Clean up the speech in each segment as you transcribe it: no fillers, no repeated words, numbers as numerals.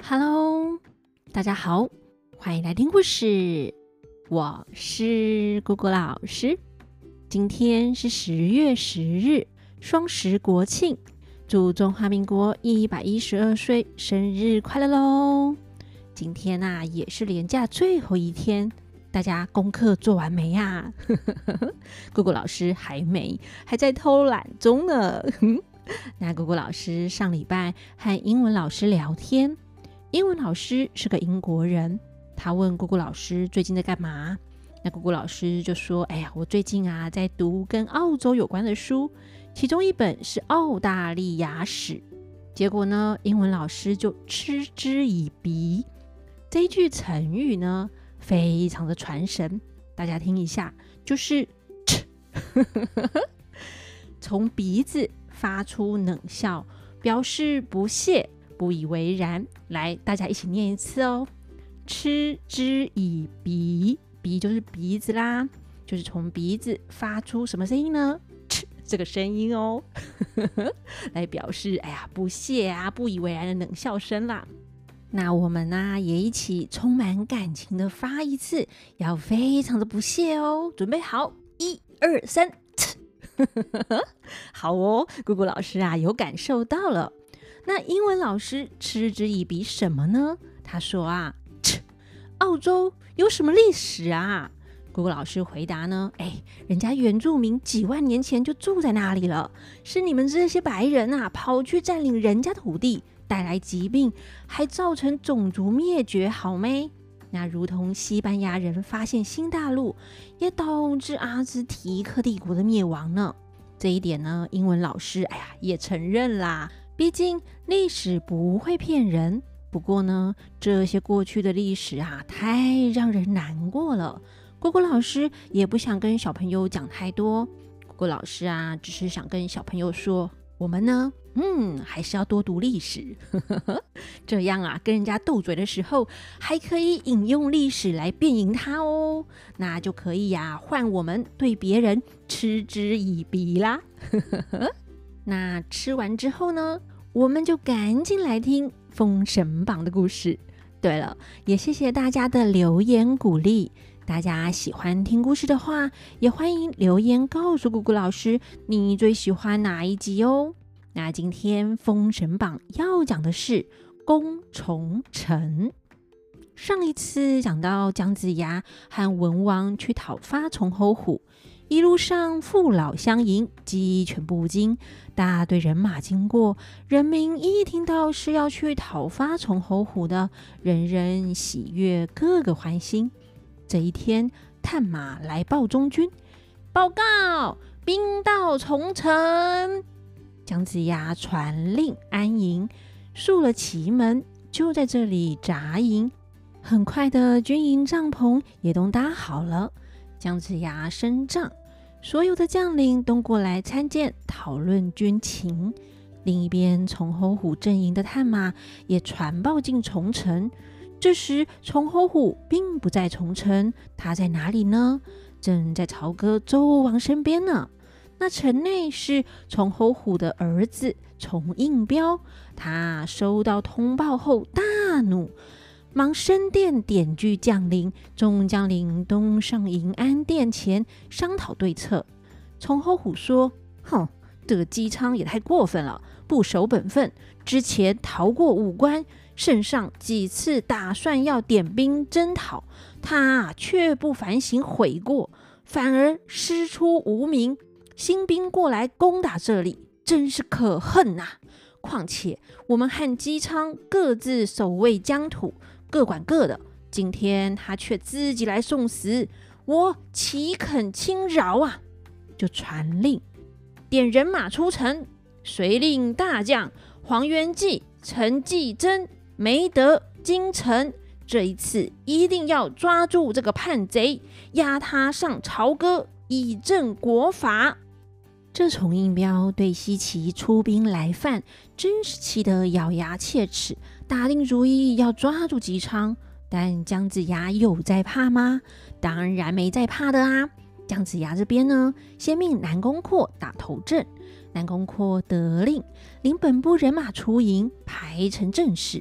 Hello，大家好，欢迎来听故事。我是姑姑老师。今天是10月10日，双十国庆，祝中华民国112岁生日快乐喽！今天也是连假最后一天，大家功课做完没呀？姑姑老师还没，还在偷懒中呢。那姑姑老师上礼拜和英文老师聊天，英文老师是个英国人，他问姑姑老师最近在干嘛。那姑姑老师就说：我最近在读跟澳洲有关的书，其中一本是澳大利亚史。结果呢，英文老师就嗤之以鼻。这一句成语呢，非常的传神，大家听一下，就是从鼻子发出冷笑，表示不屑、不以为然。来，大家一起念一次哦。嗤之以鼻，鼻就是鼻子啦，就是从鼻子发出什么声音呢？嗤这个声音哦，来表示不屑不以为然的冷笑声啦。那我们也一起充满感情的发一次，要非常的不屑哦。准备好，1、2、3。好哦，姑姑老师有感受到了。那英文老师嗤之以鼻什么呢？他说澳洲有什么历史啊？姑姑老师回答呢，人家原住民几万年前就住在那里了，是你们这些白人跑去占领人家土地，带来疾病，还造成种族灭绝，好没？那如同西班牙人发现新大陆，也导致阿兹提克帝国的灭亡呢。这一点呢，英文老师也承认啦，毕竟历史不会骗人。不过呢，这些过去的历史太让人难过了。姑姑老师也不想跟小朋友讲太多，姑姑老师只是想跟小朋友说，我们呢还是要多读历史，这样跟人家斗嘴的时候，还可以引用历史来辩赢他哦，那就可以换我们对别人嗤之以鼻啦。那吃完之后呢，我们就赶紧来听《封神榜》的故事。对了，也谢谢大家的留言鼓励。大家喜欢听故事的话，也欢迎留言告诉姑姑老师你最喜欢哪一集哦。那今天《封神榜》要讲的是攻重城。上一次讲到姜子牙和文王去讨伐崇侯虎，一路上父老相迎，鸡犬不惊，大队人马经过，人民一听到是要去讨伐崇侯虎的，人人喜悦，个个欢心。这一天，探马来报中军，报告兵到重城。姜子牙传令安营，竖了旗门，就在这里扎营。很快的，军营帐篷也都搭好了。姜子牙升帐，所有的将领都过来参见，讨论军情。另一边，崇侯虎阵营的探马也传报进重城。这时，崇侯虎并不在重城，他在哪里呢？正在朝歌周王身边呢。那城内是崇侯虎的儿子崇应彪，他收到通报后大怒，忙升殿点聚将领，众将领都上迎安殿前商讨对策。崇侯虎说：这个姬昌也太过分了，不守本分，之前逃过5关，圣上几次打算要点兵征讨，他却不反省悔过，反而师出无名，新兵过来攻打这里，真是可恨啊！况且我们和姬昌各自守卫疆土，各管各的，今天他却自己来送死，我岂肯轻饶啊！就传令点人马出城，遂令大将黄元济、陈继珍、梅德、金城，这一次一定要抓住这个叛贼，押他上朝歌，以正国法。这崇应彪对西岐出兵来犯，真是气得咬牙切齿，打定主意要抓住姬昌。但姜子牙有在怕吗？当然没在怕的啊！姜子牙这边呢，先命南宫阔打头阵。南宫阔得令，领本部人马出营，排成阵势，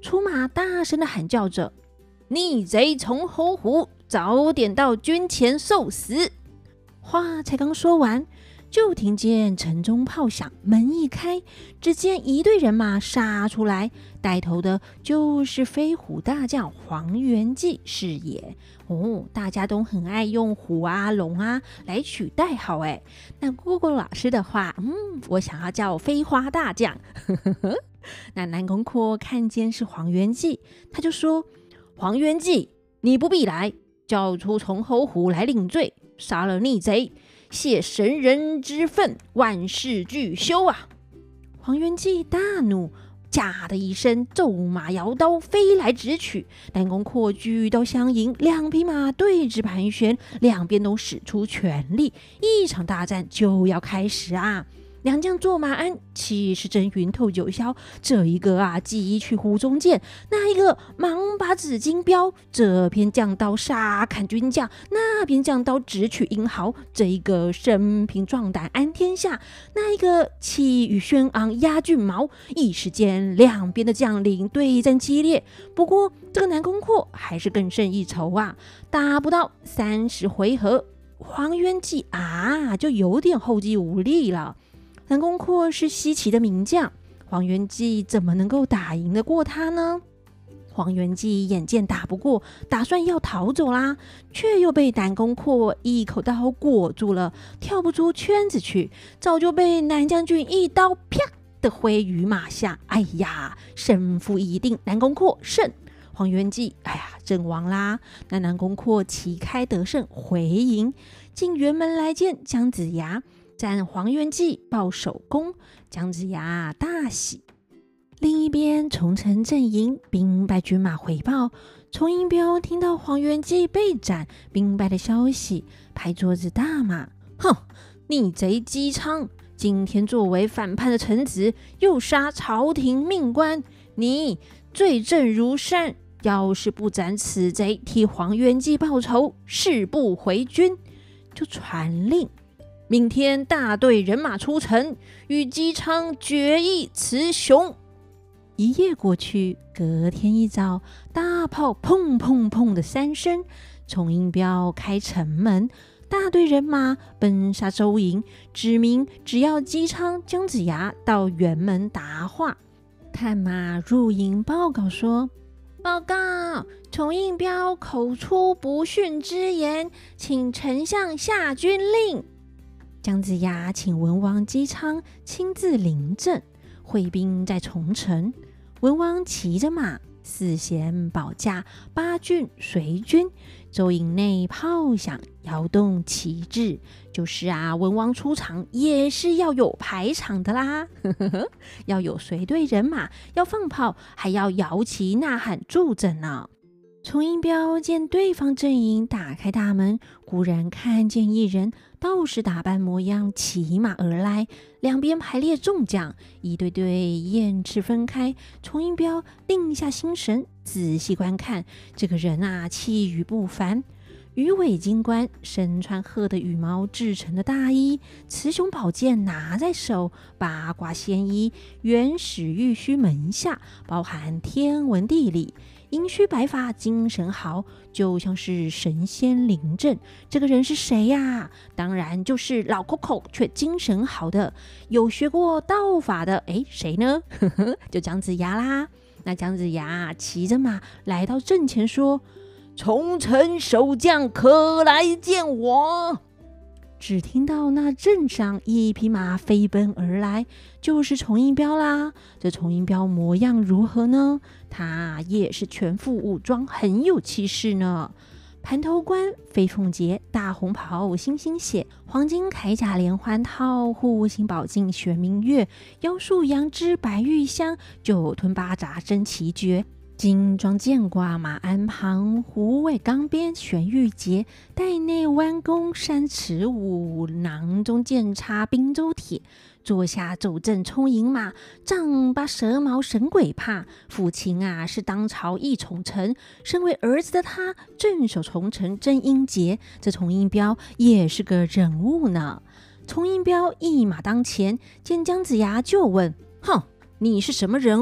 出马大声的喊叫着：“逆贼从侯虎，早点到军前受死！”话才刚说完，就听见城中炮响，门一开，只见一队人马杀出来，带头的就是飞虎大将黄元济是也。大家都很爱用虎啊、龙啊来取代号哎。那姑姑老师的话，我想要叫飞花大将。那南宫阔看见是黄元济，他就说：“黄元济，你不必来，叫出从侯虎来领罪，杀了逆贼，谢神人之分，万事俱休啊！”黄元济大怒，驾的一声，骤马摇刀飞来直取。南宫阔举刀相迎，两匹马对峙盘旋，两边都使出全力，一场大战就要开始啊！两将坐马鞍，气势真云透九霄。这一个急取湖中剑，那一个忙把紫金镖。这边将刀杀砍军将，那边将刀直取英豪。这一个生平壮胆安天下，那一个气宇轩昂压骏毛。一时间，两边的将领对战激烈。不过这个南宫阔还是更胜一筹啊！打不到30回合，黄元济就有点后继无力了。南宫阔是西岐的名将，黄元济怎么能够打赢得过他呢？黄元济眼见打不过，打算要逃走啦，却又被南宫阔一口刀裹住了，跳不出圈子去，早就被南将军一刀啪的挥于马下。胜负已定，南宫阔胜。黄元济阵亡啦。那南宫阔旗开得胜回营，进辕门来见姜子牙，赞黄元济报首功。姜子牙大喜。另一边，重城阵营兵败军马回报，崇英彪听到黄元济被斩兵败的消息，拍桌子大骂：“哼，逆贼姬昌，今天作为反叛的臣子，又杀朝廷命官，你罪证如山，要是不斩此贼，替黄元济报仇，誓不回军。”就传令，明天大队人马出城，与姬昌决一雌雄。一夜过去，隔天一早，大炮砰砰砰的3声，崇英彪开城门，大队人马奔杀周营，指明只要姬昌、姜子牙到辕门答话。探马入营报告说：“报告，崇英彪口出不逊之言，请丞相下军令。”姜子牙请文王姬昌亲自临阵，会兵在重城。文王骑着马，4贤保驾，8郡随军。周营内炮响，摇动旗帜，就是文王出场也是要有排场的啦。要有随队人马，要放炮，还要摇旗呐喊助阵呢。崇英彪见对方阵营打开大门，忽然看见一人道士打扮模样骑马而来，两边排列众将，一队队雁翅分开。崇英彪定下心神，仔细观看，这个人气宇不凡，鱼尾金冠，身穿鹤的羽毛制成的大衣，雌雄宝剑拿在手，八卦仙衣，原始玉虚门下，包含天文地理。银须白发精神好，就像是神仙临阵。这个人是谁呀？当然就是老 Coco 却精神好的，有学过道法的。谁呢？就姜子牙啦。那姜子牙骑着马来到阵前说：“重城守将可来见我。”只听到那阵上一匹马飞奔而来，就是崇英彪啦。这崇英彪模样如何呢？他也是全副武装，很有气势呢。盘头冠、飞凤结、大红袍、星星血、黄金铠甲连环套、护心宝镜玄明月、腰束羊脂白玉香、9吞八闸真奇绝。金装剑挂马鞍旁，虎尾钢鞭悬玉节，带内弯弓山驰舞，囊中剑插滨州铁。坐下走阵冲营马，丈八蛇矛神鬼怕。父亲是当朝一宠臣，身为儿子的他镇守重城真英杰。这崇英彪也是个人物呢。崇英彪一马当前，见姜子牙就问：“哼，你是什么人物？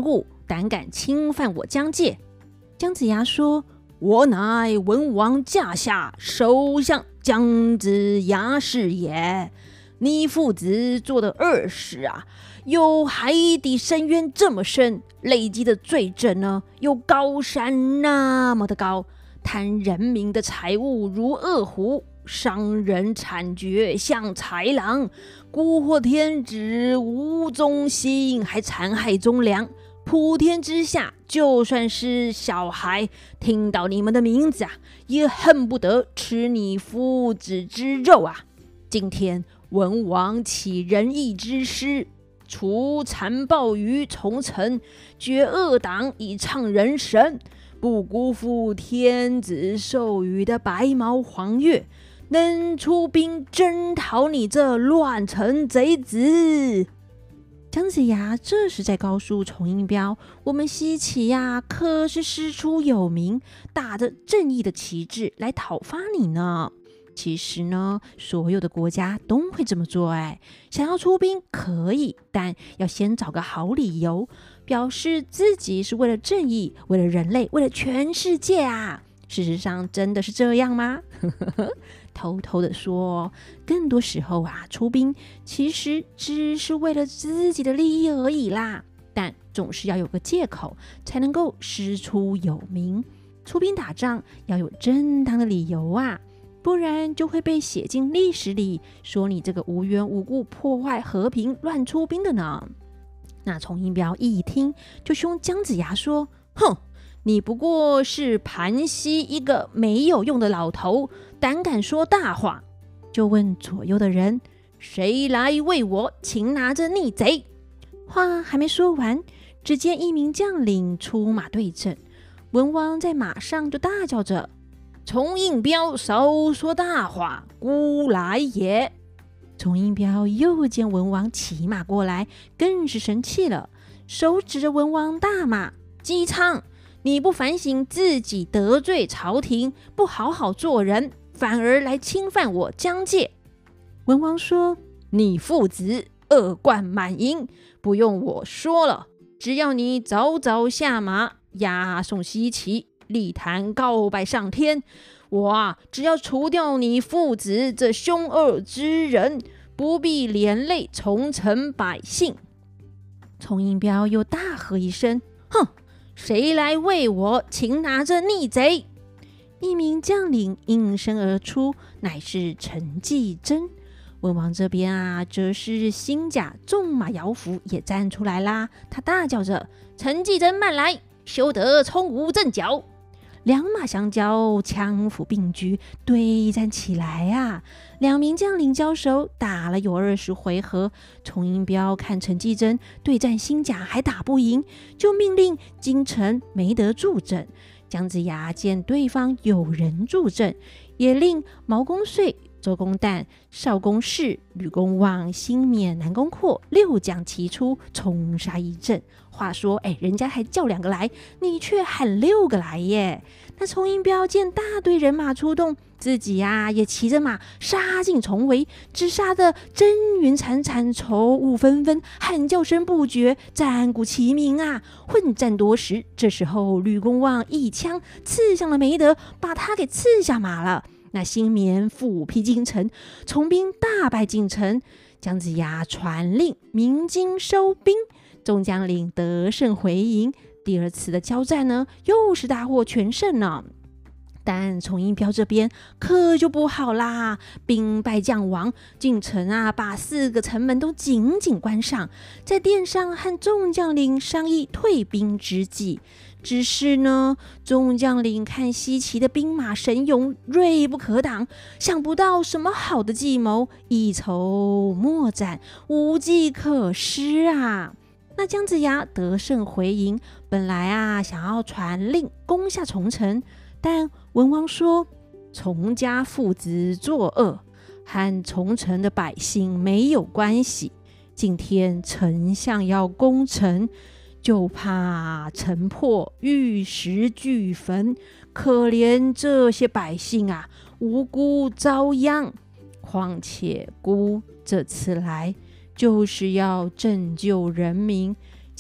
胆敢侵犯我疆界？姜子牙说：我乃文王驾下首相姜子牙是也。你父子做的恶事啊，有海底深渊这么深，累积的罪证呢，有高山那么的高，贪人民的财物如恶虎，伤人惨绝像豺狼，蛊惑天子无忠心，还残害忠良。普天之下，就算是小孩听到你们的名字啊，也恨不得吃你父子之肉啊！今天文王起仁义之师，除残暴于从臣，绝恶党以倡人神，不辜负天子授予的白毛黄钺，能出兵征讨你这乱臣贼子。姜子牙这是在告诉崇英彪，我们西岐呀，可是师出有名，打着正义的旗帜来讨伐你呢。其实呢，所有的国家都会这么做。想要出兵可以，但要先找个好理由，表示自己是为了正义，为了人类，为了全世界啊。事实上真的是这样吗？偷偷的说，更多时候啊，出兵其实只是为了自己的利益而已啦。但总是要有个借口，才能够师出有名。出兵打仗要有正当的理由啊，不然就会被写进历史里，说你这个无缘无故破坏和平、乱出兵的呢。那崇英彪一听，就凶姜子牙说：哼，你不过是盘溪一个没有用的老头，胆敢说大话。就问左右的人：谁来为我擒拿这逆贼？话还没说完，只见一名将领出马对阵。文王在马上就大叫着：崇英彪少说大话，孤来也。崇英彪又见文王骑马过来，更是生气了，手指着文王大骂：姬昌，你不反省自己得罪朝廷，不好好做人，反而来侵犯我疆界。文王说：你父子恶贯满盈，不用我说了，只要你早早下马，押送西岐，立坛告白上天，我只要除掉你父子这凶恶之人，不必连累从臣百姓。崇英彪又大喝一声：哼，谁来为我擒拿这逆贼？一名将领应声而出，乃是陈纪真。文王这边啊，则是新甲纵马摇服也站出来啦。他大叫着：陈纪真慢来，休得冲吾阵脚！两马相交，枪斧并举，对战起来啊！两名将领交手，打了有20回合。崇英彪看陈纪真对战新甲还打不赢，就命令京城没得助阵。姜子牙见对方有人助阵，也令毛公遂、周公旦、邵公氏、吕公望、辛勉、南宫阔6将齐出，冲杀一阵。话说人家还叫2个来，你却喊6个来耶。那崇英彪见大队人马出动，自己也骑着马杀进重围，只杀得真云惨惨，愁雾纷纷，喊叫声不绝，战鼓齐鸣啊，混战多时。这时候吕公望一枪刺向了梅德，把他给刺下马了。那辛勉复辟京城，从兵大败京城。姜子牙传令鸣金收兵，众将领得胜回营。第2次的交战呢，又是大获全胜呢。但崇英彪这边可就不好啦，兵败将亡，进城把4个城门都紧紧关上，在殿上和众将领商议退兵之计。只是呢，众将领看西岐的兵马神勇，锐不可挡，想不到什么好的计谋，一筹莫展，无计可施啊。那姜子牙得胜回营，本来想要传令攻下重城，但文王说崇家父子作恶，和重城的百姓没有关系。今天丞相要攻城，就怕城破玉石俱焚，可怜这些百姓无辜遭殃。况且孤这次来就是要拯救人民，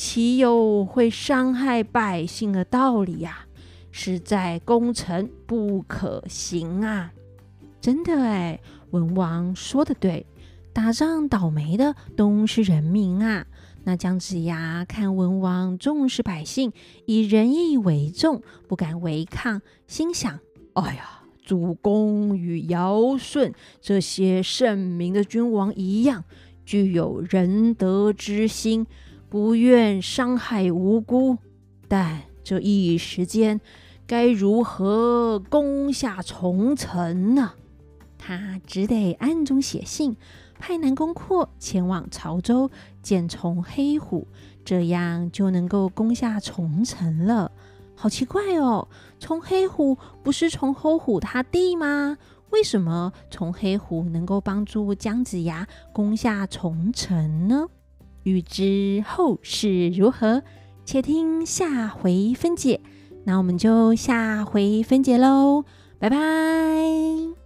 岂有会伤害百姓的道理呀？实在攻城不可行啊！真的哎，文王说的对，打仗倒霉的都是人民啊。那姜子牙看文王重视百姓，以仁义为重，不敢违抗，心想：哎呀，主公与尧舜这些圣明的君王一样，具有仁德之心，不愿伤害无辜。但这一时间，该如何攻下重城呢？他只得暗中写信，派南宫阔前往潮州见从黑虎，这样就能够攻下重城了。好奇怪哦，从黑虎不是从后虎他弟吗？为什么从黑虎能够帮助姜子牙攻下重城呢？欲知后事如何，且听下回分解。那我们就下回分解喽，拜拜。